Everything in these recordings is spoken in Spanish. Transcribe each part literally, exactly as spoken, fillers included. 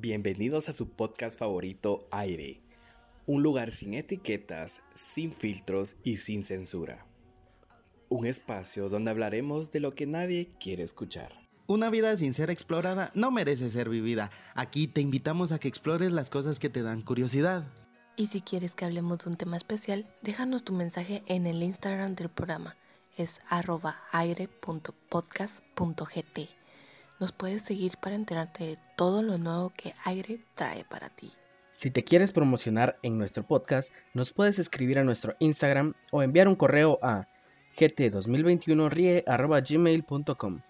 Bienvenidos a su podcast favorito Aire, un lugar sin etiquetas, sin filtros y sin censura. Un espacio donde hablaremos de lo que nadie quiere escuchar. Una vida sin ser explorada no merece ser vivida. Aquí te invitamos a que explores las cosas que te dan curiosidad. Y si quieres que hablemos de un tema especial, déjanos tu mensaje en el Instagram del programa. Es arroba aire punto podcast punto gt. Nos puedes seguir para enterarte de todo lo nuevo que Aire trae para ti. Si te quieres promocionar en nuestro podcast, nos puedes escribir a nuestro Instagram o enviar un correo a g t dos mil veintiuno rie arroba gmail punto com.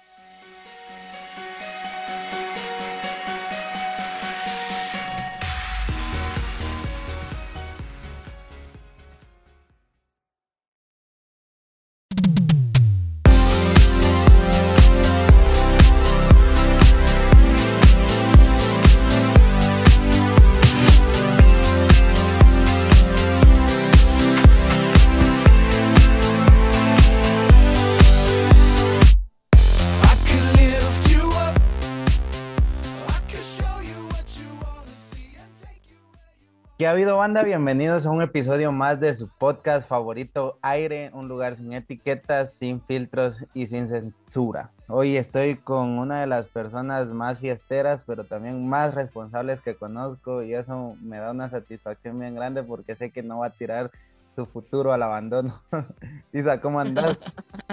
¿Qué ha habido, banda? Bienvenidos a un episodio más de su podcast favorito Aire, un lugar sin etiquetas, sin filtros y sin censura. Hoy estoy con una de las personas más fiesteras, pero también más responsables que conozco, y eso me da una satisfacción bien grande porque sé que no va a tirar su futuro al abandono. Isa, ¿cómo andás?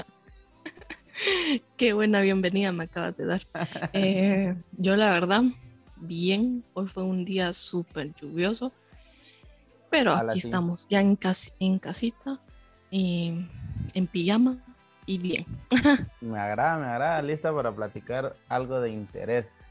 Qué buena bienvenida me acabas de dar. Eh, yo la verdad, bien, hoy fue un día súper lluvioso. Pero aquí sí. Estamos ya en, cas- en casita, eh, en pijama y bien. Me agrada, me agrada, lista para platicar algo de interés.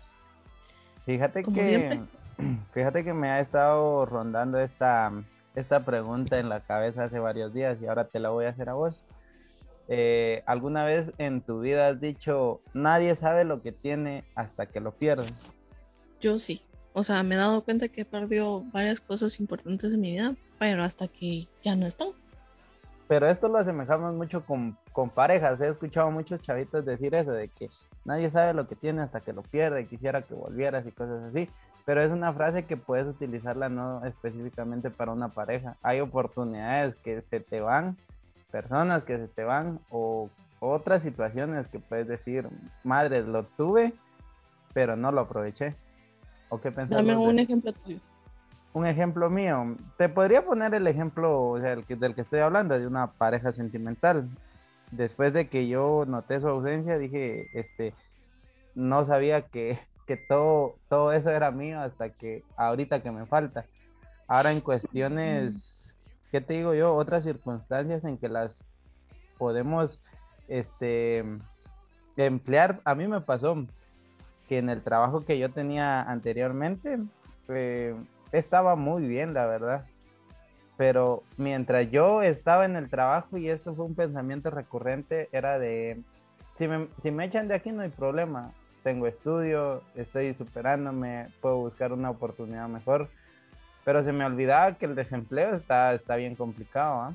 Fíjate Como que, siempre. fíjate que me ha estado rondando esta, esta pregunta en la cabeza hace varios días y ahora te la voy a hacer a vos. Eh, ¿Alguna vez en tu vida has dicho, nadie sabe lo que tiene hasta que lo pierde? Yo sí. O sea, me he dado cuenta que he perdido varias cosas importantes en mi vida, pero hasta que ya no están. Pero esto lo asemejamos mucho con, con parejas. He escuchado a muchos chavitos decir eso, de que nadie sabe lo que tiene hasta que lo pierde, quisiera que volvieras y cosas así. Pero es una frase que puedes utilizarla no específicamente para una pareja. Hay oportunidades que se te van, personas que se te van, o otras situaciones que puedes decir, madre, lo tuve, pero no lo aproveché. ¿O qué pensás? Dame un de... ejemplo tuyo. Un ejemplo mío. Te podría poner el ejemplo, o sea, el que, del que estoy hablando, de una pareja sentimental. Después de que yo noté su ausencia, dije, este, no sabía que, que todo, todo eso era mío hasta que ahorita que me falta. Ahora en cuestiones, ¿qué te digo yo? Otras circunstancias en que las podemos, este, emplear. A mí me pasó que en el trabajo que yo tenía anteriormente eh, estaba muy bien, la verdad, pero mientras yo estaba en el trabajo, y esto fue un pensamiento recurrente, era de, si me, si me echan de aquí no hay problema, tengo estudio, estoy superándome, puedo buscar una oportunidad mejor, pero se me olvidaba que el desempleo está, está bien complicado,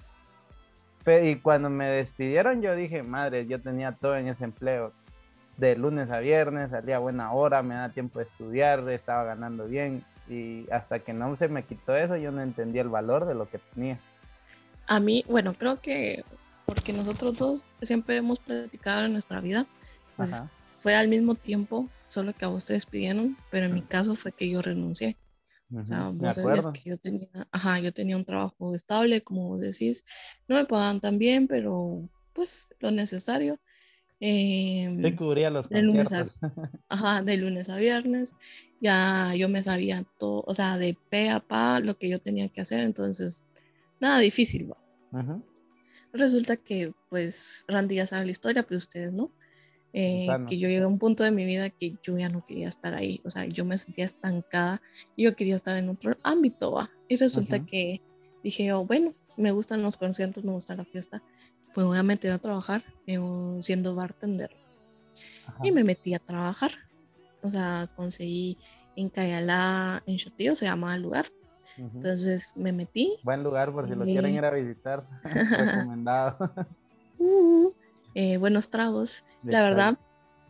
¿eh? Y cuando me despidieron yo dije, madre, yo tenía todo en ese empleo, de lunes a viernes, salía a buena hora, me da tiempo de estudiar, estaba ganando bien, y hasta que no se me quitó eso, yo no entendía el valor de lo que tenía. A mí, bueno, creo que porque nosotros dos siempre hemos platicado en nuestra vida, pues Ajá. Fue al mismo tiempo, solo que a vos te despidieron, pero en mi caso fue que yo renuncié. Uh-huh. O sea, vos sabías que yo tenía, ajá, yo tenía un trabajo estable, como vos decís, no me pagaban tan bien, pero pues lo necesario. Eh, Te cubría los de lunes a, conciertos. ajá, de lunes a viernes, ya yo me sabía todo, o sea, de pe a pa lo que yo tenía que hacer, entonces nada difícil, ¿va? Uh-huh. Resulta que, pues, Randy ya sabe la historia, pero ustedes no, eh, que yo llegué a un punto de mi vida que yo ya no quería estar ahí, o sea, yo me sentía estancada y yo quería estar en otro ámbito, ¿va? Y resulta uh-huh. que dije, oh, bueno, me gustan los conciertos, me gusta la fiesta, pues voy a meter a trabajar eh, siendo bartender. Ajá. Y me metí a trabajar. O sea, conseguí en Cayalá, en Chotillo, se llamaba el lugar. Uh-huh. Entonces me metí. Buen lugar por si y... lo quieren ir a visitar. Recomendado. Uh, eh, buenos tragos. La verdad,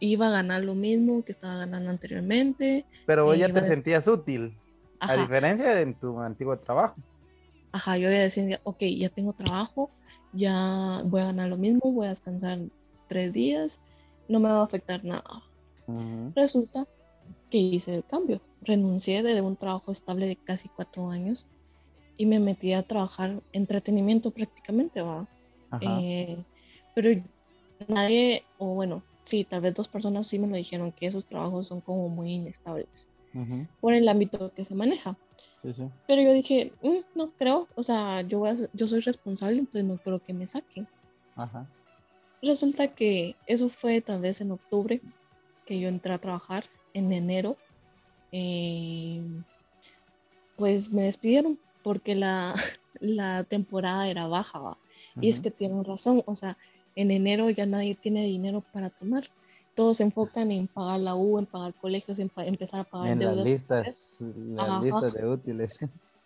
iba a ganar lo mismo que estaba ganando anteriormente. Pero vos eh, ya iba te a- sentías útil, a Ajá, diferencia de en tu antiguo trabajo. ajá, yo ya decía, ok, ya tengo trabajo, ya voy a ganar lo mismo, voy a descansar tres días, no me va a afectar nada. Ujú. Resulta que hice el cambio, renuncié de un trabajo estable de casi cuatro años y me metí a trabajar entretenimiento prácticamente, ¿va? Ajá. Eh, pero nadie, o bueno, sí, tal vez dos personas sí me lo dijeron, que esos trabajos son como muy inestables Ujú. por el ámbito que se maneja. Sí, sí. Pero yo dije, "Mm, no creo, o sea, yo, voy a ser- yo soy responsable, entonces no creo que me saquen". Ajá. Resulta que eso fue tal vez en octubre, que yo entré a trabajar. En enero, eh, pues me despidieron porque la, la temporada era baja, ¿va? Y es Ujú. que tienen razón, o sea, en enero ya nadie tiene dinero para tomar. Todos se enfocan en pagar la U, en pagar colegios, en pa- empezar a pagar En las deudas. listas, las Ajá, listas de útiles.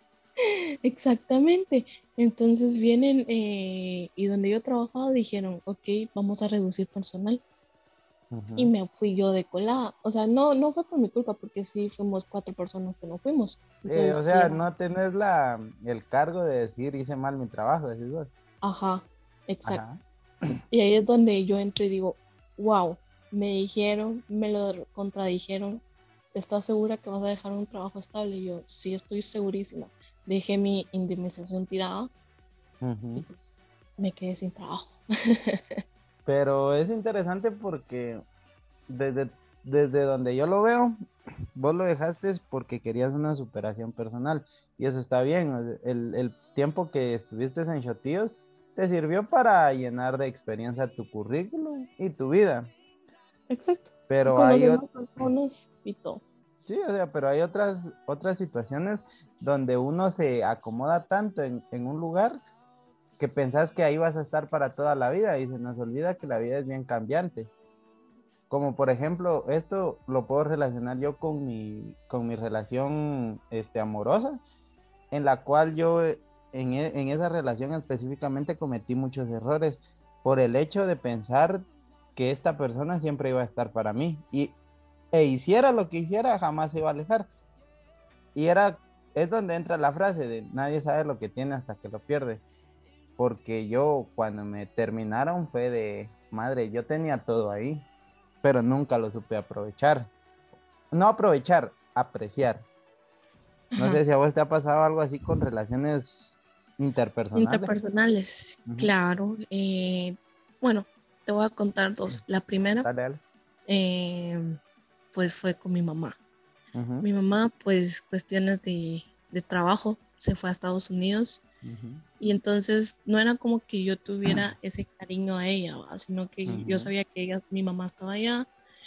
exactamente. Entonces vienen eh, y donde yo trabajaba dijeron, ok, vamos a reducir personal. Y Ujú. me fui yo de colada. O sea, no, no fue por mi culpa, porque sí fuimos cuatro personas que no fuimos. Eh, o Entonces sí sea, era, no tenés la, el cargo de decir hice mal mi trabajo, decís vos. ajá, exacto. Ajá. Y ahí es donde yo entro y digo, wow, me dijeron, me lo contradijeron, ¿estás segura que vas a dejar un trabajo estable? Y yo, sí, estoy segurísima. Dejé mi indemnización tirada y Ujú. pues me quedé sin trabajo. Pero es interesante porque desde, desde donde yo lo veo, vos lo dejaste porque querías una superación personal y eso está bien. El, el tiempo que estuviste en Shotíos te sirvió para llenar de experiencia tu currículum y tu vida. Exacto. Pero hay, Conocer ot- más personas y todo. sí, o sea, pero hay otras, otras situaciones donde uno se acomoda tanto en, en un lugar que pensás que ahí vas a estar para toda la vida y se nos olvida que la vida es bien cambiante. Como por ejemplo, esto lo puedo relacionar yo con mi, con mi relación este, amorosa, en la cual yo eh, en, e- en esa relación específicamente cometí muchos errores por el hecho de pensar que esta persona siempre iba a estar para mí y, e hiciera lo que hiciera, jamás se iba a alejar. Y era, es donde entra la frase de nadie sabe lo que tiene hasta que lo pierde. Porque yo cuando me terminaron fue de, madre, yo tenía todo ahí, pero nunca lo supe aprovechar. No aprovechar, apreciar. No Ajá. sé si a vos te ha pasado algo así con relaciones interpersonales. Interpersonales, Ujú. claro. eh, bueno, te voy a contar dos. La primera, Dale, dale. eh, pues fue con mi mamá. Ujú, Mi mamá, pues cuestiones de, de trabajo, se fue a Estados Unidos ujú, y entonces no era como que yo tuviera ese cariño a ella, ¿va? Sino que yo ujú, sabía que ella, mi mamá estaba allá.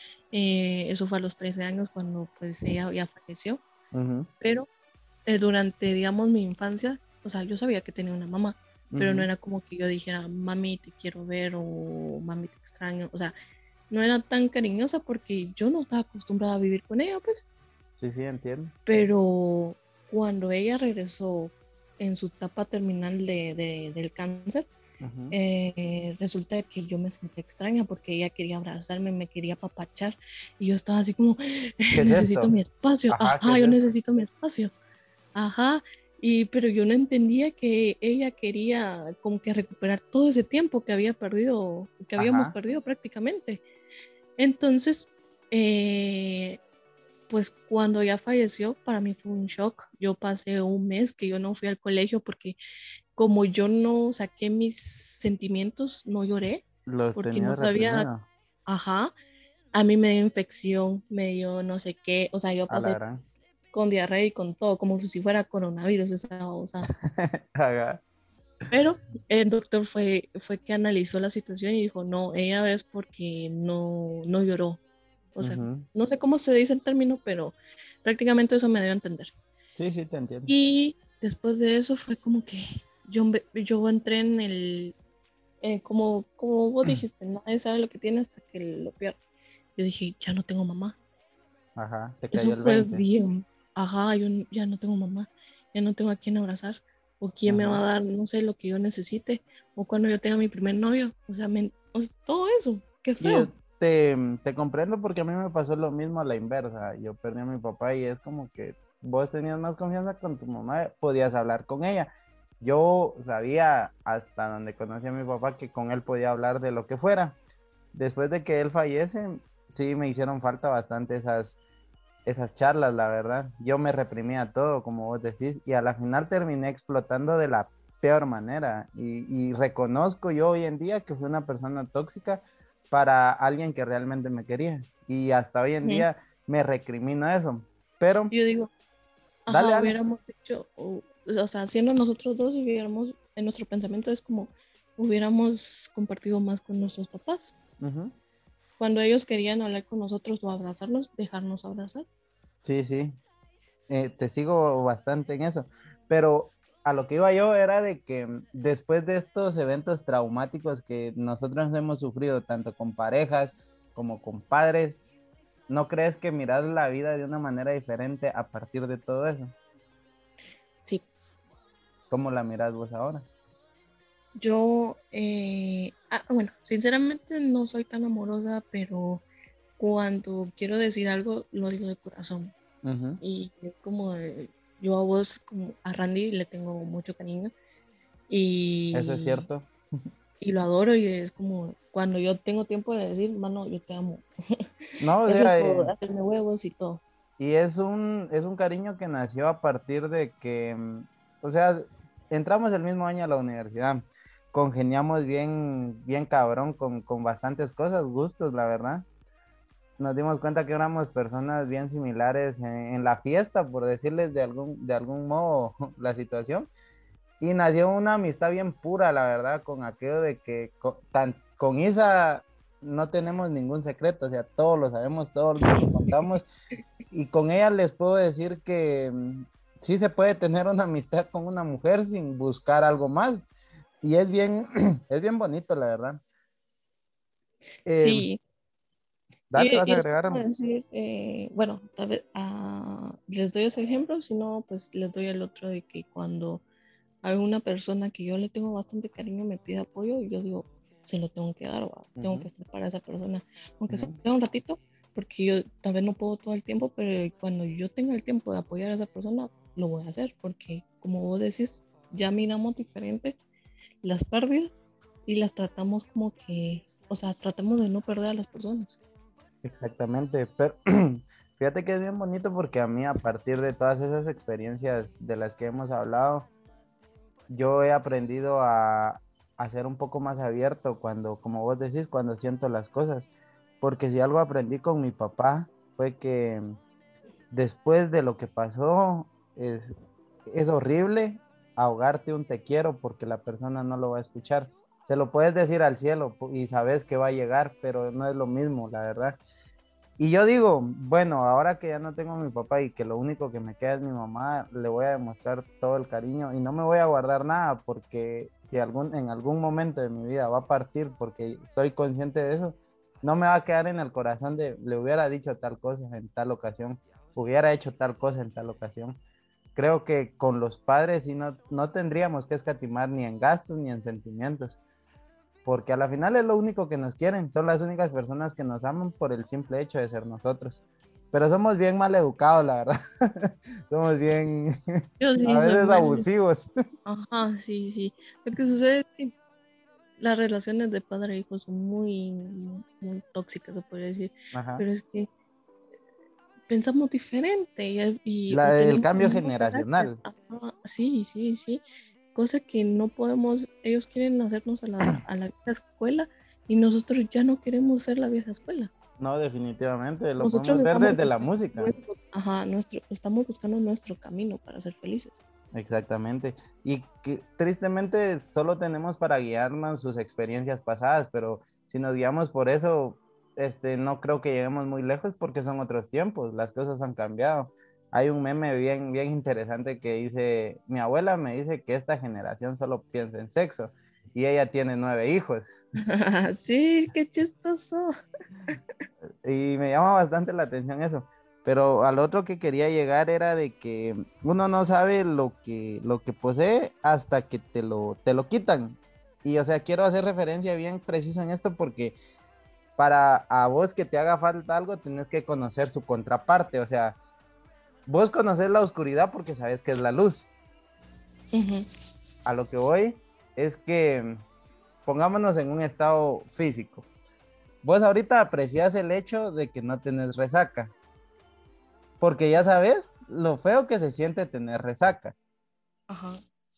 eh, eso fue a los trece años cuando pues ella ya falleció, ujú, pero eh, durante, digamos, mi infancia, o sea, yo sabía que tenía una mamá, pero no ujú. era como que yo dijera, mami, te quiero ver o mami, te extraño. O sea, no era tan cariñosa porque yo no estaba acostumbrada a vivir con ella, pues. Sí, sí, entiendo. Pero cuando ella regresó en su etapa terminal de, de- del cáncer, Ujú. eh, resulta que yo me sentí extraña porque ella quería abrazarme, me quería apapachar y yo estaba así como, ¿Qué es necesito esto? mi espacio, Ajá, ¿qué ajá, es yo esto? necesito mi espacio. Ajá, y pero yo no entendía que ella quería como que recuperar todo ese tiempo que había perdido, que habíamos Ajá. perdido prácticamente. Entonces, eh, pues cuando ella falleció, para mí fue un shock. Yo pasé un mes que yo no fui al colegio porque como yo no saqué mis sentimientos, no lloré, Los porque no tenías sabía, reprimidos. ajá, a mí me dio infección, me dio no sé qué, o sea, yo A la pasé gran. con diarrea y con todo, como si fuera coronavirus esa, o sea, Ajá. pero el doctor fue, fue que analizó la situación y dijo, no, ella es porque no, no lloró. O sea, Ujú. no sé cómo se dice el término, pero prácticamente eso me dio a entender. Sí, sí, te entiendo. Y después de eso fue como que yo, yo entré en el, eh, como, como vos dijiste, nadie sabe lo que tiene hasta que lo pierde. Yo dije, ya no tengo mamá. Ajá, te Eso cayó el fue veinte. bien. Ajá, yo ya no tengo mamá, ya no tengo a quién abrazar, o quién me va Ajá. a dar, no sé, lo que yo necesite, o cuando yo tenga mi primer novio. O sea, me, o sea, todo eso, qué Y es, feo. te, te comprendo porque a mí me pasó lo mismo a la inversa. Yo perdí a mi papá y es como que vos tenías más confianza con tu mamá, podías hablar con ella. Yo sabía hasta donde conocí a mi papá que con él podía hablar de lo que fuera. Después de que él fallece, sí me hicieron falta bastante esas, esas charlas, la verdad. Yo me reprimía todo, como vos decís, y a la final terminé explotando de la peor manera. Y, y reconozco yo hoy en día que fui una persona tóxica para alguien que realmente me quería. Y hasta hoy en Sí. día me recrimino eso. Pero, Yo digo, ajá, dale, dale. hubiéramos hecho, o, o sea, siendo nosotros dos, hubiéramos, en nuestro pensamiento es como, hubiéramos compartido más con nuestros papás. Ujú. Cuando ellos querían hablar con nosotros o abrazarnos, dejarnos abrazar. Sí, sí. Eh, te sigo bastante en eso. Pero a lo que iba yo era de que mm, después de estos eventos traumáticos que nosotros hemos sufrido, tanto con parejas como con padres, ¿no crees que miras la vida de una manera diferente a partir de todo eso? Sí, ¿Cómo la miras vos ahora? yo, eh, ah, bueno, sinceramente no soy tan amorosa, pero cuando quiero decir algo, lo digo de corazón. Ujú. Y es como, eh, yo a vos, como a Randy, le tengo mucho cariño. Y, Eso es cierto. y lo adoro y es como, cuando yo tengo tiempo de decir, mano, yo te amo. No, o Eso es sea, por eh, hacerme huevos y todo. y es un, es un cariño que nació a partir de que, mm, o sea, entramos el mismo año a la universidad, congeniamos bien, bien cabrón con, con bastantes cosas, gustos, la verdad. Nos dimos cuenta que éramos personas bien similares en, en la fiesta, por decirles de algún, de algún modo la situación. Y nació una amistad bien pura, la verdad, con aquello de que con, tan, con Isa no tenemos ningún secreto, o sea, todos lo sabemos, todos nos lo contamos. Y con ella les puedo decir que mm, sí se puede tener una amistad con una mujer sin buscar algo más. Y es bien, es bien bonito, la verdad. Eh, Sí, Dale, y, vas a y es agregar. como decir, eh, bueno, tal vez ah, les doy ese ejemplo, si no, pues les doy el otro de que cuando alguna persona que yo le tengo bastante cariño me pide apoyo, yo digo, se lo tengo que dar, ¿va? Tengo que Uh-huh. estar para esa persona, aunque sea Uh-huh. un ratito, porque yo tal vez no puedo todo el tiempo, pero cuando yo tenga el tiempo de apoyar a esa persona, lo voy a hacer, porque como vos decís, ya miramos diferente las pérdidas y las tratamos como que, o sea, tratamos de no perder a las personas. Exactamente, pero fíjate que es bien bonito porque a mí a partir de todas esas experiencias de las que hemos hablado, yo he aprendido a, a ser un poco más abierto cuando, como vos decís, cuando siento las cosas. Porque si algo aprendí con mi papá fue que después de lo que pasó, es, es horrible ahogarte un te quiero porque la persona no lo va a escuchar. Se lo puedes decir al cielo y sabes que va a llegar, pero no es lo mismo, la verdad. Y yo digo, bueno, ahora que ya no tengo a mi papá y que lo único que me queda es mi mamá, le voy a demostrar todo el cariño y no me voy a guardar nada porque si algún, en algún momento de mi vida va a partir porque soy consciente de eso, no me va a quedar en el corazón de le hubiera dicho tal cosa en tal ocasión, hubiera hecho tal cosa en tal ocasión. Creo que con los padres sí no, no tendríamos que escatimar ni en gastos ni en sentimientos, porque a la final es lo único que nos quieren, son las únicas personas que nos aman por el simple hecho de ser nosotros. Pero somos bien mal educados, la verdad. Somos bien, Yo sí a soy veces mal. abusivos. Ajá, sí, sí. Lo que sucede es que las relaciones de padre e hijo son muy, muy tóxicas, se podría decir. Ajá. Pero es que pensamos diferente y, y o La, el tenemos cambio el mismo carácter. generacional. Ajá, sí, sí, sí. Cosa que no podemos, ellos quieren hacernos a la, a la vieja escuela y nosotros ya no queremos ser la vieja escuela. No, definitivamente, lo Nosotros podemos ver estamos desde la buscando música. nuestro, ajá, nuestro, estamos buscando nuestro camino para ser felices. Exactamente. Y que tristemente solo tenemos para guiarnos sus experiencias pasadas, pero si nos guiamos por eso, este, no creo que lleguemos muy lejos porque son otros tiempos, las cosas han cambiado. Hay un meme bien, bien interesante que dice, mi abuela me dice que esta generación solo piensa en sexo y ella tiene nueve hijos. Sí, qué chistoso. Y me llama bastante la atención eso. Pero al otro que quería llegar era de que uno no sabe lo que, lo que posee hasta que te lo, te lo quitan. Y o sea, quiero hacer referencia bien preciso en esto porque para a vos que te haga falta algo, tenés que conocer su contraparte. O sea, vos conocés la oscuridad porque sabes que es la luz. Uh-huh. A lo que voy es que pongámonos en un estado físico. Vos ahorita apreciás el hecho de que no tenés resaca, porque ya sabes lo feo que se siente tener resaca. Ajá.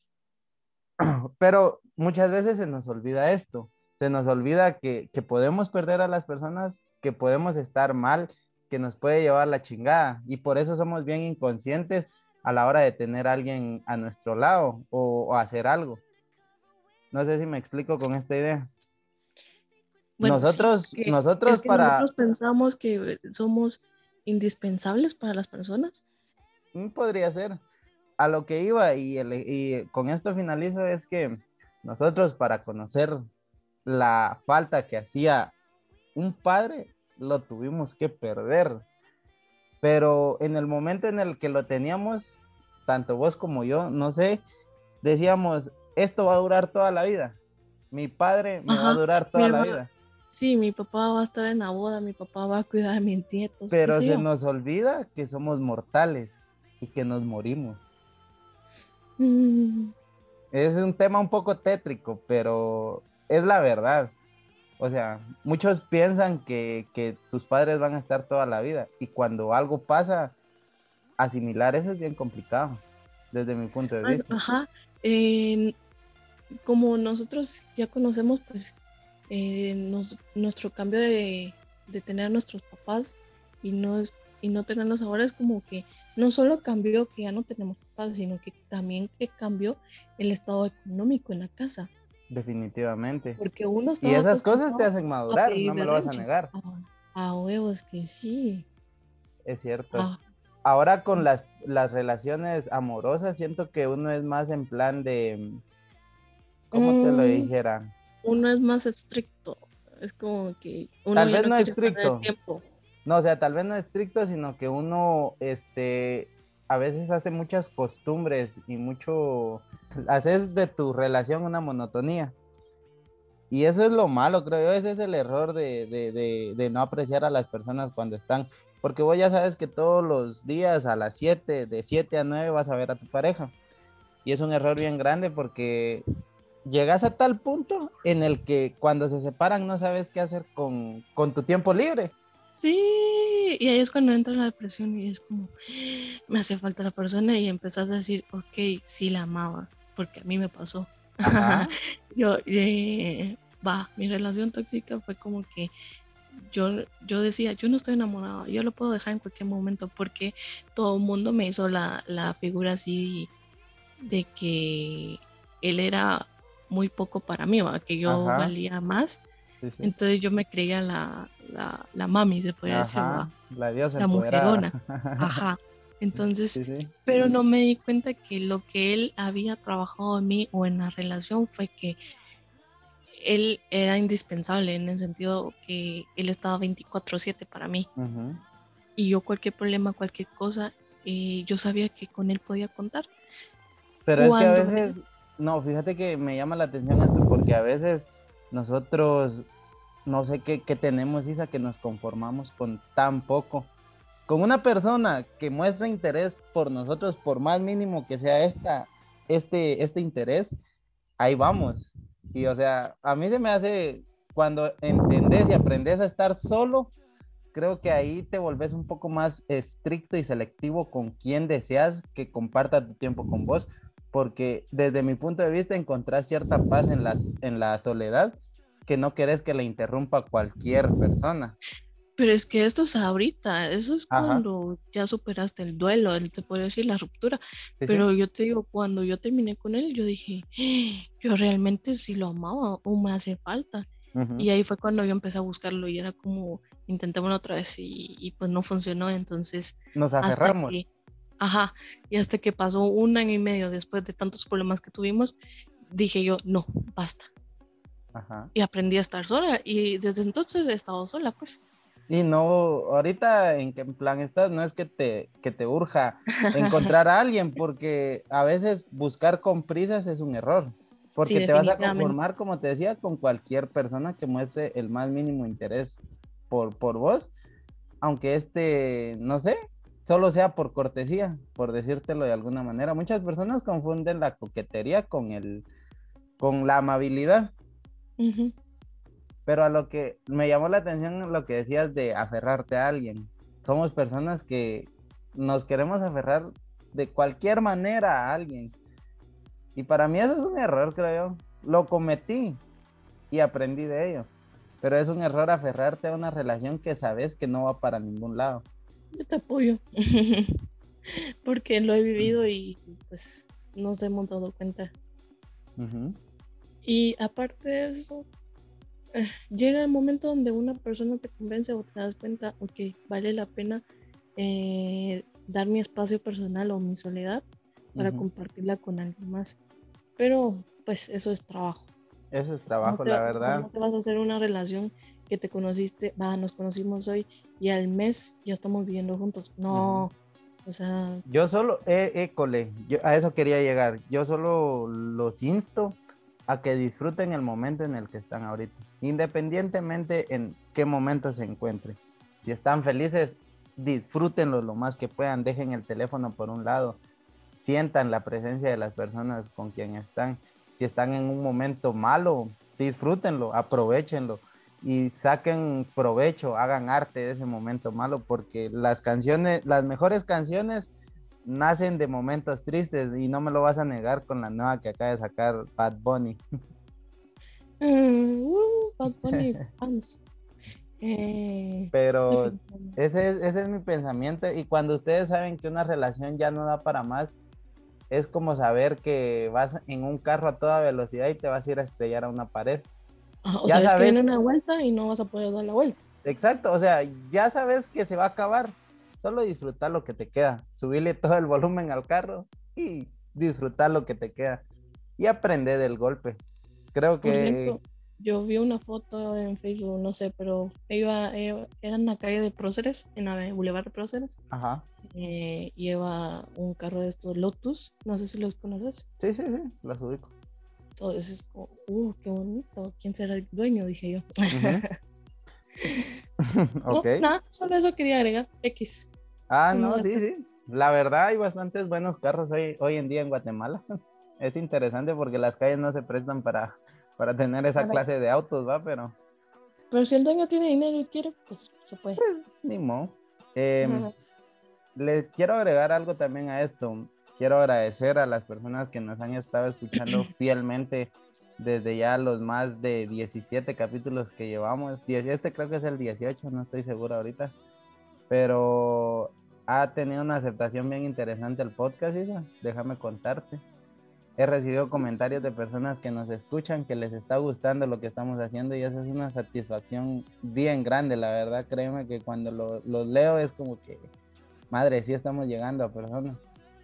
Pero muchas veces se nos olvida esto, se nos olvida que, que podemos perder a las personas, que podemos estar mal, que nos puede llevar la chingada, y por eso somos bien inconscientes a la hora de tener a alguien a nuestro lado o, o hacer algo. No sé si me explico con esta idea. Bueno, nosotros, sí, nosotros es que para... nosotros pensamos que somos indispensables para las personas. Podría ser. A lo que iba y, el, y con esto finalizo es que nosotros para conocer la falta que hacía un padre, lo tuvimos que perder. Pero en el momento en el que lo teníamos, tanto vos como yo, no sé, decíamos, esto va a durar toda la vida. Mi padre me Ajá, va a durar toda la hermana, vida. Sí, mi papá va a estar en la boda, mi papá va a cuidar a mis nietos. Pero se yo? nos olvida que somos mortales y que nos morimos. Mm. Es un tema un poco tétrico, pero es la verdad. O sea, muchos piensan que, que sus padres van a estar toda la vida y cuando algo pasa, asimilar eso es bien complicado, desde mi punto de vista. Ajá, eh, como nosotros ya conocemos, pues, eh, nos, nuestro cambio de, de tener a nuestros papás y no, es, y no tenerlos ahora es como que no solo cambió que ya no tenemos papás, sino que también que cambió el estado económico en la casa. Definitivamente. Porque uno y esas cosas te hacen madurar, no me lo vas a negar. A, a huevos que sí. Es cierto. Ah. Ahora con las, las relaciones amorosas, siento que uno es más en plan de, ¿cómo mm, te lo dijera? Uno es más estricto. Es como que uno tal vez no, no es estricto. No, o sea, tal vez no es estricto, sino que uno, este, a veces hace muchas costumbres y mucho, haces de tu relación una monotonía. Y eso es lo malo, creo yo, ese es el error de, de, de, de no apreciar a las personas cuando están, porque vos ya sabes que todos los días a las siete, de siete a nueve vas a ver a tu pareja. Y es un error bien grande porque llegas a tal punto en el que cuando se separan no sabes qué hacer con, con tu tiempo libre. Sí, y ahí es cuando entra la depresión y es como, me hace falta la persona y empezás a decir, ok, sí la amaba, porque a mí me pasó. yo, eh, va, mi relación tóxica fue como que yo, yo decía, yo no estoy enamorada, yo lo puedo dejar en cualquier momento porque todo el mundo me hizo la, la figura así de que él era muy poco para mí, ¿va? Que yo Ajá. valía más. Sí, sí. Entonces yo me creía la, la, la mami, se podía decir, ¿va? La diosa la mujerona. Ajá. Entonces, sí, sí. Pero no me di cuenta que lo que él había trabajado en mí o en la relación fue que él era indispensable en el sentido que él estaba veinticuatro siete para mí. Uh-huh. Y yo cualquier problema, cualquier cosa, eh, yo sabía que con él podía contar. Pero Cuando es que a veces, me... no, fíjate que me llama la atención esto porque a veces nosotros, no sé qué, qué tenemos, Isa, que nos conformamos con tan poco. Con una persona que muestra interés por nosotros, por más mínimo que sea esta, este, este interés, ahí vamos. Y o sea, a mí se me hace, cuando entendés y aprendes a estar solo, creo que ahí te volvés un poco más estricto y selectivo con quien deseas que comparta tu tiempo con vos, porque desde mi punto de vista encontrás cierta paz en, las, en la soledad que no querés que le interrumpa cualquier persona. Pero es que esto es ahorita, eso es Ajá. cuando ya superaste el duelo, te podría decir la ruptura, sí, pero sí. yo te digo, cuando yo terminé con él, yo dije, yo realmente sí lo amaba o me hace falta. Uh-huh. Y ahí fue cuando yo empecé a buscarlo y era como, intentémoslo otra vez y, y pues no funcionó, entonces... Nos aferramos. Hasta que, ajá, y hasta que pasó un año y medio después de tantos problemas que tuvimos, dije yo, no, basta. Ajá. Y aprendí a estar sola y desde entonces he estado sola, pues. Y no, ahorita en qué plan estás, no es que te, que te urja encontrar a alguien, porque a veces buscar con prisas es un error, porque sí, te vas a conformar, como te decía, con cualquier persona que muestre el más mínimo interés por, por vos, aunque este, no sé, solo sea por cortesía, por decírtelo de alguna manera. Muchas personas confunden la coquetería con el, con la amabilidad. Uh-huh. Pero a lo que me llamó la atención lo que decías de aferrarte a alguien. Somos personas que nos queremos aferrar de cualquier manera a alguien. Y para mí eso es un error, creo yo. Lo cometí y aprendí de ello. Pero es un error aferrarte a una relación que sabes que no va para ningún lado. Yo te apoyo. Porque lo he vivido y pues nos hemos dado cuenta. Uh-huh. Y aparte de eso, eh, llega el momento donde una persona te convence o te das cuenta, ok, vale la pena eh, dar mi espacio personal o mi soledad para uh-huh. compartirla con alguien más. Pero pues eso es trabajo. Eso es trabajo, no te, la verdad. No te vas a hacer una relación que te conociste, va, nos conocimos hoy y al mes ya estamos viviendo juntos. No, uh-huh. o sea... Yo solo, eh, école, yo a eso quería llegar. Yo solo los insto a que disfruten el momento en el que están ahorita, independientemente en qué momento se encuentren. Si están felices, disfrútenlo lo más que puedan, dejen el teléfono por un lado, sientan la presencia de las personas con quien están. Si están en un momento malo, disfrútenlo, aprovechenlo y saquen provecho, hagan arte de ese momento malo, porque las canciones, las mejores canciones nacen de momentos tristes y no me lo vas a negar con la nueva que acaba de sacar Bad Bunny. Uh, uh, Bad Bunny fans. Eh, Pero ese es, ese es mi pensamiento, y cuando ustedes saben que una relación ya no da para más, es como saber que vas en un carro a toda velocidad y te vas a ir a estrellar a una pared. Ah, o sea, es que viene una vuelta y no vas a poder dar la vuelta. Exacto, o sea, ya sabes que se va a acabar. Solo disfrutar lo que te queda, subirle todo el volumen al carro y disfrutar lo que te queda y aprender del golpe. Creo que... Por cierto, yo vi una foto en Facebook, no sé, pero iba, iba era en la calle de Próceres, en la Boulevard de Próceres. Ajá. Eh, lleva un carro de estos Lotus, no sé si los conoces. Sí, sí, sí, los ubico. Entonces es como, uh, qué bonito, ¿quién será el dueño? Dije yo. Uh-huh. Ok. No, nada, solo eso quería agregar, X. Ah, no, sí, sí. La verdad hay bastantes buenos carros hoy, hoy en día en Guatemala. Es interesante porque las calles no se prestan para, para tener esa clase de autos, ¿va? Pero... Pero si el dueño tiene dinero y quiere, pues se puede. Pues, ni modo. Eh, les quiero agregar algo también a esto. Quiero agradecer a las personas que nos han estado escuchando fielmente desde ya los más de diecisiete capítulos que llevamos. diecisiete creo que es el dieciocho, no estoy seguro ahorita. Pero ha tenido una aceptación bien interesante el podcast, Isa. Déjame contarte. He recibido comentarios de personas que nos escuchan, que les está gustando lo que estamos haciendo, y eso es una satisfacción bien grande, la verdad. Créeme que cuando lo, lo leo es como que, madre, sí estamos llegando a personas.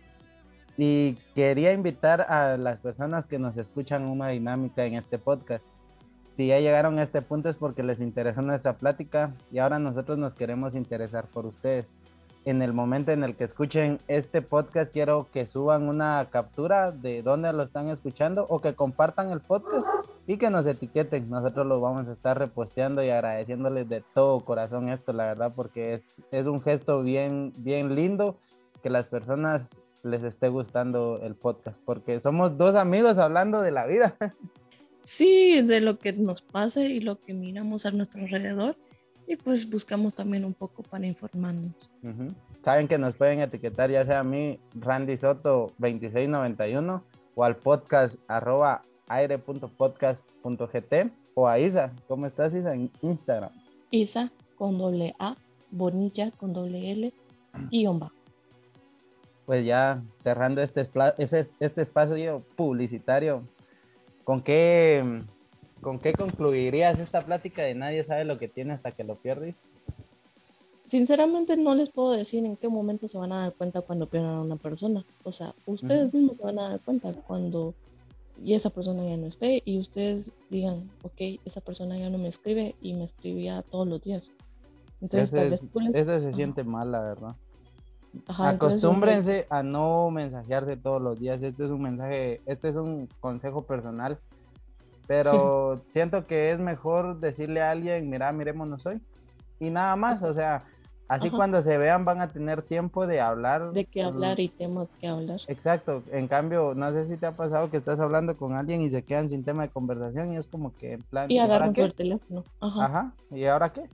Y quería invitar a las personas que nos escuchan una dinámica en este podcast. Si ya llegaron a este punto es porque les interesó nuestra plática y ahora nosotros nos queremos interesar por ustedes. En el momento en el que escuchen este podcast, quiero que suban una captura de dónde lo están escuchando o que compartan el podcast y que nos etiqueten. Nosotros lo vamos a estar reposteando y agradeciéndoles de todo corazón esto, la verdad, porque es, es un gesto bien, bien lindo que las personas les esté gustando el podcast, porque somos dos amigos hablando de la vida. Sí, de lo que nos pasa y lo que miramos a nuestro alrededor. Y pues buscamos también un poco para informarnos. Uh-huh. Saben que nos pueden etiquetar ya sea a mí, Randy Soto veintiséis noventa y uno, o al podcast arroba aire punto podcast punto gt, o a Isa. ¿Cómo estás, Isa? En Instagram. Isa con doble A, Bonilla con doble L, guión bajo. Pues ya cerrando este, espla- este espacio publicitario, ¿con qué... ¿Con qué concluirías esta plática de nadie sabe lo que tiene hasta que lo pierdes? Sinceramente no les puedo decir en qué momento se van a dar cuenta cuando pierdan a una persona. O sea, ustedes uh-huh. mismos se van a dar cuenta cuando y esa persona ya no esté y ustedes digan, ok, esa persona ya no me escribe y me escribía todos los días. Entonces, ese, es, les... ese se Ajá. siente mal, la verdad. Ajá, Acostúmbrense entonces... a no mensajearse todos los días. Este es un mensaje, este es un consejo personal. Pero siento que es mejor decirle a alguien, mira, mirémonos hoy, y nada más, o sea, así Ajá. cuando se vean van a tener tiempo de hablar. De qué hablar y temas de qué hablar. Exacto, en cambio, no sé si te ha pasado que estás hablando con alguien y se quedan sin tema de conversación y es como que en plan... Y agarran el teléfono. Ajá. Ajá, ¿y ahora qué?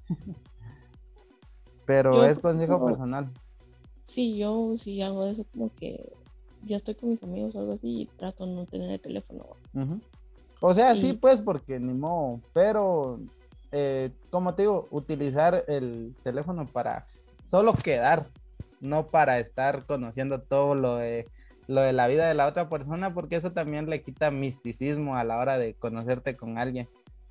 Pero yo, es consejo como, personal. Sí, yo sí hago eso como que ya estoy con mis amigos o algo así y trato de no tener el teléfono. Uh-huh. O sea, y... sí, pues, porque ni modo, pero... Eh, como te digo, utilizar el teléfono para solo quedar, no para estar conociendo todo lo de, lo de la vida de la otra persona, porque eso también le quita misticismo a la hora de conocerte con alguien.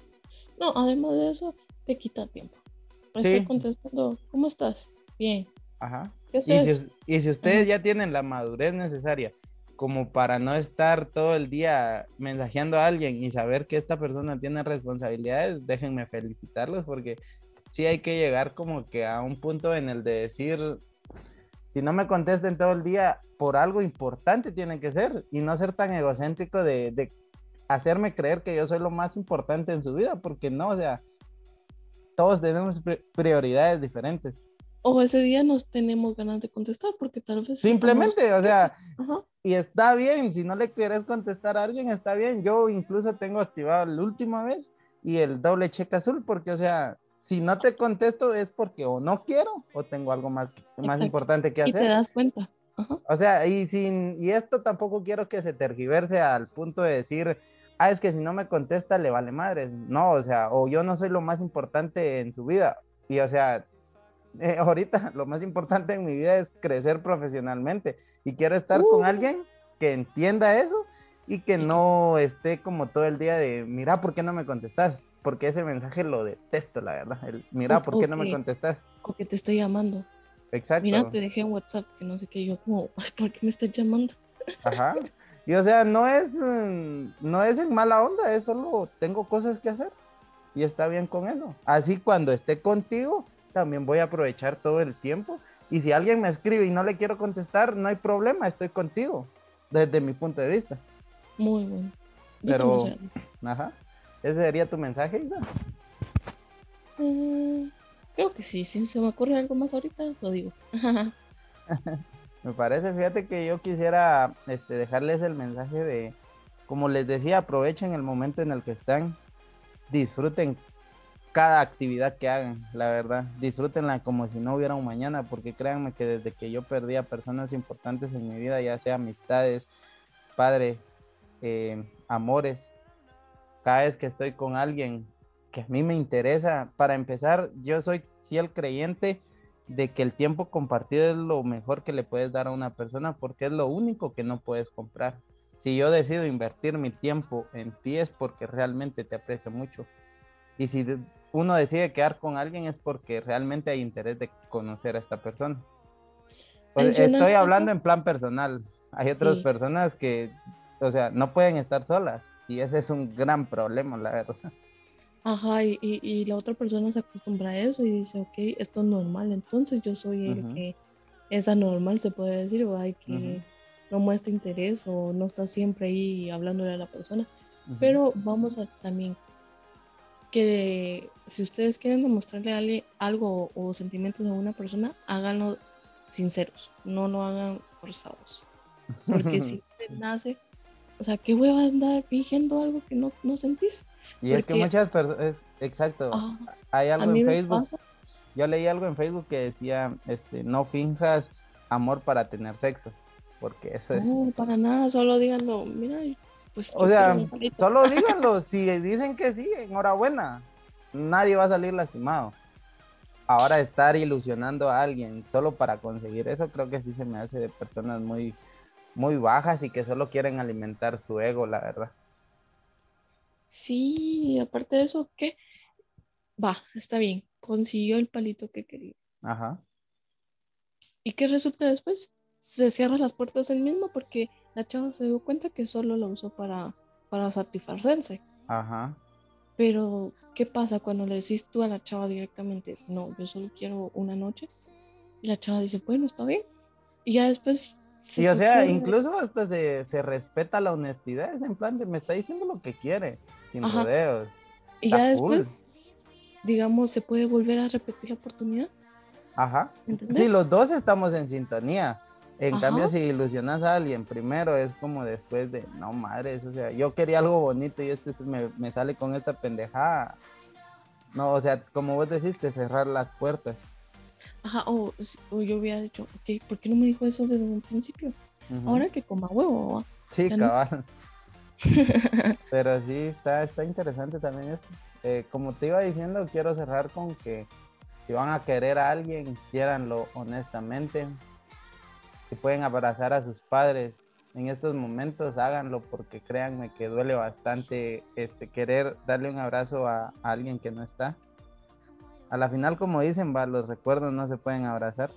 No, además de eso, te quita tiempo. Sí. Estoy contestando, ¿cómo estás? Bien. Ajá. ¿Qué y, si, y si ustedes Ajá. ya tienen la madurez necesaria como para no estar todo el día mensajeando a alguien y saber que esta persona tiene responsabilidades, déjenme felicitarlos, porque sí hay que llegar como que a un punto en el de decir, si no me contesten todo el día, por algo importante tiene que ser, y no ser tan egocéntrico de, de hacerme creer que yo soy lo más importante en su vida, porque no, o sea, todos tenemos prioridades diferentes. O ese día nos tenemos ganas de contestar, porque tal vez... Simplemente, estamos... o sea, Ajá. Y está bien, si no le quieres contestar a alguien, está bien. Yo incluso tengo activado la última vez y el doble cheque azul, porque, o sea, si no te contesto es porque o no quiero o tengo algo más, más importante que hacer. Y te das cuenta. Ajá. O sea, y, sin, y esto tampoco quiero que se tergiverse al punto de decir, ah, es que si no me contesta le vale madres. No, o sea, o yo no soy lo más importante en su vida. Y, o sea... Eh, ahorita lo más importante en mi vida es crecer profesionalmente y quiero estar uh. con alguien que entienda eso y que no esté como todo el día de mira, ¿por qué no me contestas? Porque ese mensaje lo detesto, la verdad. El, mira, ¿por qué no me contestas? O que te estoy llamando. Exacto. Mira, te dejé en WhatsApp que no sé qué, yo como, ¿por qué me estás llamando? Ajá. Y o sea, no es no es en mala onda, es solo tengo cosas que hacer y está bien con eso. Así cuando esté contigo también voy a aprovechar todo el tiempo. Y si alguien me escribe y no le quiero contestar, no hay problema, estoy contigo, desde mi punto de vista. Muy bueno. Pero, ajá, ¿ese sería tu mensaje, Isa? Mm, creo que sí, si se me ocurre algo más ahorita, lo digo. Me parece, fíjate que yo quisiera este, dejarles el mensaje de, como les decía, aprovechen el momento en el que están, disfruten cada actividad que hagan, la verdad, disfrútenla como si no hubiera un mañana, porque créanme que desde que yo perdí a personas importantes en mi vida, ya sea amistades, padre, eh, amores, cada vez que estoy con alguien que a mí me interesa, para empezar, yo soy fiel creyente de que el tiempo compartido es lo mejor que le puedes dar a una persona, porque es lo único que no puedes comprar. Si yo decido invertir mi tiempo en ti es porque realmente te aprecio mucho. Y si uno decide quedar con alguien es porque realmente hay interés de conocer a esta persona. Pues estoy hablando en plan personal. Hay otras sí. personas que, o sea, no pueden estar solas. Y ese es un gran problema, la verdad. Ajá, y, y la otra persona se acostumbra a eso y dice, ok, esto es normal. Entonces yo soy el uh-huh. que es anormal, se puede decir, o hay que uh-huh. no muestra interés o no está siempre ahí hablándole a la persona. Uh-huh. Pero vamos a también que si ustedes quieren demostrarle algo o sentimientos a una persona, háganlo sinceros, no lo hagan forzados. Porque si usted nace, o sea, ¿qué voy a andar fingiendo algo que no, no sentís? Y porque, es que muchas personas, exacto, ah, hay algo en Facebook, yo leí algo en Facebook que decía, este, no finjas amor para tener sexo, porque eso es... No, para nada, solo díganlo, mira... Pues o sea, solo díganlo, si dicen que sí, enhorabuena, nadie va a salir lastimado. Ahora estar ilusionando a alguien solo para conseguir eso, creo que sí se me hace de personas muy, muy bajas y que solo quieren alimentar su ego, la verdad. Sí, aparte de eso, ¿qué? Va, está bien, consiguió el palito que quería. Ajá. ¿Y qué resulta después? Se cierran las puertas él mismo porque la chava se dio cuenta que solo la usó para, para satisfacerse. Ajá. Pero, ¿qué pasa cuando le decís tú a la chava directamente, no, yo solo quiero una noche? Y la chava dice, bueno, está bien. Y ya después... Se y o sea, ocurre... incluso hasta se, se respeta la honestidad, es en plan de, me está diciendo lo que quiere, sin Ajá. rodeos. Está y ya cool. después digamos, se puede volver a repetir la oportunidad. Ajá. ¿Entendés? Sí, los dos estamos en sintonía. En Ajá. cambio, si ilusionas a alguien primero, es como después de, no madres, o sea, yo quería algo bonito y este me, me sale con esta pendejada. No, o sea, como vos deciste, cerrar las puertas. Ajá, o, o yo hubiera dicho, ok, ¿por qué no me dijo eso desde un principio? Uh-huh. Ahora que coma huevo, ¿va? Sí, Ya cabal. No. Pero sí, está, está interesante también esto. Eh, como te iba diciendo, quiero cerrar con que si van a querer a alguien, quiéranlo honestamente. Si pueden abrazar a sus padres en estos momentos, háganlo, porque créanme que duele bastante este, querer darle un abrazo a, a alguien que no está. A la final, como dicen, va, los recuerdos no se pueden abrazar.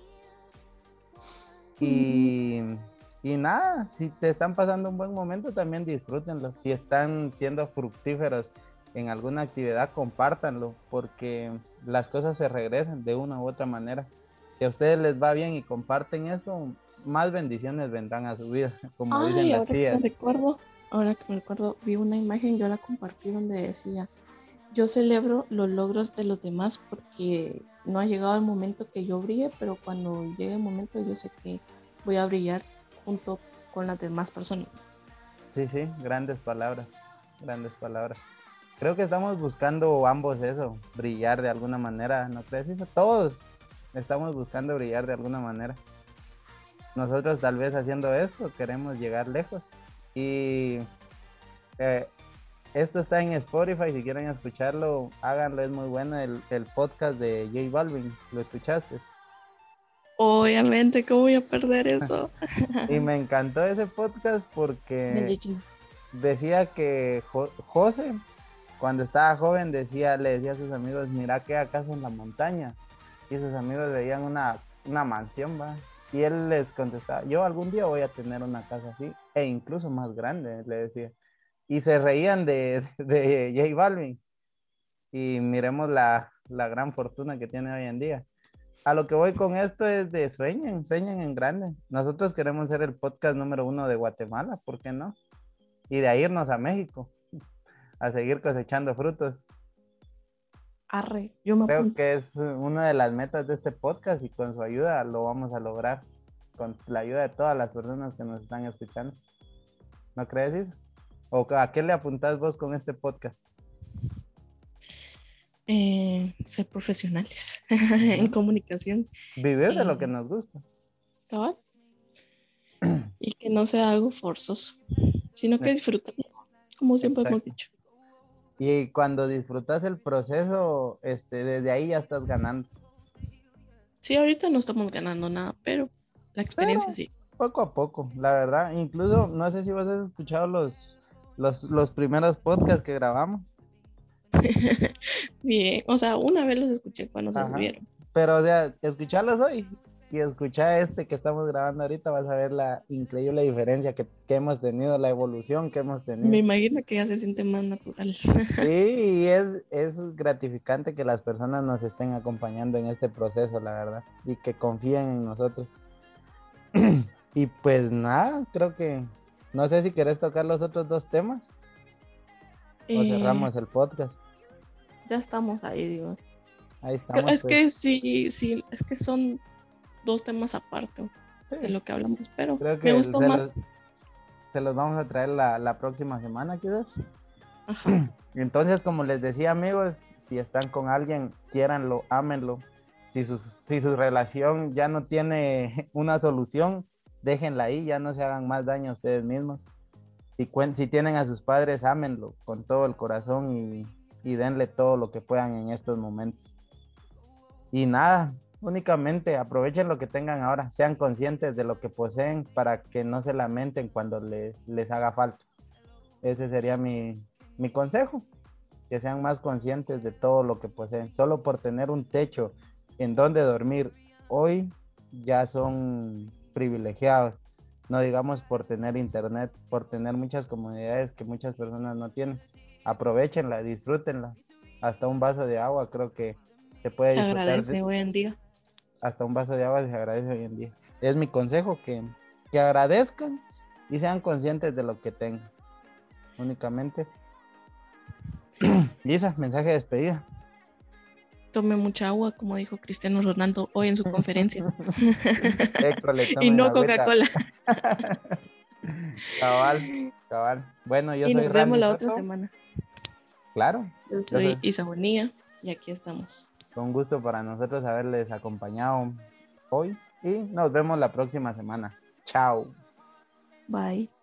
Y, y nada, si te están pasando un buen momento, también disfrútenlo. Si están siendo fructíferos en alguna actividad, compártanlo, porque las cosas se regresan de una u otra manera. Si a ustedes les va bien y comparten eso, más bendiciones vendrán a su vida, como Ay, dicen las ahora tías. Que me recuerdo, ahora que me recuerdo, vi una imagen, yo la compartí donde decía, yo celebro los logros de los demás porque no ha llegado el momento que yo brille, pero cuando llegue el momento yo sé que voy a brillar junto con las demás personas. Sí, sí, grandes palabras, grandes palabras. Creo que estamos buscando ambos eso, brillar de alguna manera, ¿no crees eso? Todos estamos buscando brillar de alguna manera. Nosotros tal vez haciendo esto queremos llegar lejos. Y eh, esto está en Spotify, si quieren escucharlo, háganlo, es muy bueno el, el podcast de J Balvin, ¿lo escuchaste? Obviamente, ¿cómo voy a perder eso? Y me encantó ese podcast porque decía que jo- José, cuando estaba joven, decía, le decía a sus amigos, mira que acá en la montaña. Y sus amigos veían una, una mansión, va. Y él les contestaba, yo algún día voy a tener una casa así, e incluso más grande, le decía. Y se reían de, de J Balvin. Y miremos la, la gran fortuna que tiene hoy en día. A lo que voy con esto es de sueñen, sueñen en grande. Nosotros queremos ser el podcast número uno de Guatemala, ¿por qué no? Y de ahí irnos a México, a seguir cosechando frutos. Arre, yo me Creo apunto. que es una de las metas de este podcast y con su ayuda lo vamos a lograr, con la ayuda de todas las personas que nos están escuchando. ¿No crees eso? ¿O a qué le apuntás vos con este podcast? Eh, ser profesionales uh-huh. en comunicación. Vivir de eh, lo que nos gusta. ¿Cabal? Y que no sea algo forzoso, sino que disfrutarlo, como siempre Exacto. hemos dicho. Y cuando disfrutas el proceso, este, desde ahí ya estás ganando. Sí, ahorita no estamos ganando nada, pero la experiencia pero, sí. Poco a poco, la verdad. Incluso, no sé si vos has escuchado los, los, los primeros podcasts que grabamos. Bien, o sea, una vez los escuché cuando Ajá. se subieron. Pero, o sea, escucharlos hoy y escuchar este que estamos grabando ahorita, vas a ver la increíble diferencia que, que hemos tenido, la evolución que hemos tenido. Me imagino que ya se siente más natural. Sí, y es, es gratificante que las personas nos estén acompañando en este proceso, la verdad, y que confíen en nosotros. Y pues nada, creo que, no sé si querés tocar los otros dos temas eh, o cerramos el podcast. Ya estamos ahí, digo. Ahí estamos. Es pues. que sí, sí, es que son dos temas aparte sí. de lo que hablamos, pero creo que me gustó se más. Los, se los vamos a traer la, la próxima semana, quizás. Ajá. Entonces, como les decía, amigos, si están con alguien, quiéranlo, ámenlo. Si su, si su relación ya no tiene una solución, déjenla ahí, ya no se hagan más daño a ustedes mismos. Si, cuen, si tienen a sus padres, ámenlo con todo el corazón y, y denle todo lo que puedan en estos momentos. Y nada, únicamente aprovechen lo que tengan ahora, sean conscientes de lo que poseen para que no se lamenten cuando les, les haga falta. Ese sería mi, mi consejo, que sean más conscientes de todo lo que poseen. Solo por tener un techo en donde dormir hoy ya son privilegiados, no digamos por tener internet, por tener muchas comodidades que muchas personas no tienen. Aprovechenla, disfrútenla. Hasta un vaso de agua creo que se puede se disfrutar. Se agradece de, hoy en día. Hasta un vaso de agua se agradece hoy en día. Es mi consejo, que, que agradezcan y sean conscientes de lo que tengan. Únicamente. Lisa, mensaje de despedida. tome mucha agua, como dijo Cristiano Ronaldo hoy en su conferencia. École, Y tomen no agüita. Coca-Cola. Cabal, cabal. Bueno, yo Y soy nos vemos Randy la Soto. otra semana. Claro. Yo yo soy soy- Isa Bonilla y aquí estamos. Con gusto para nosotros haberles acompañado hoy y nos vemos la próxima semana. Chao. Bye.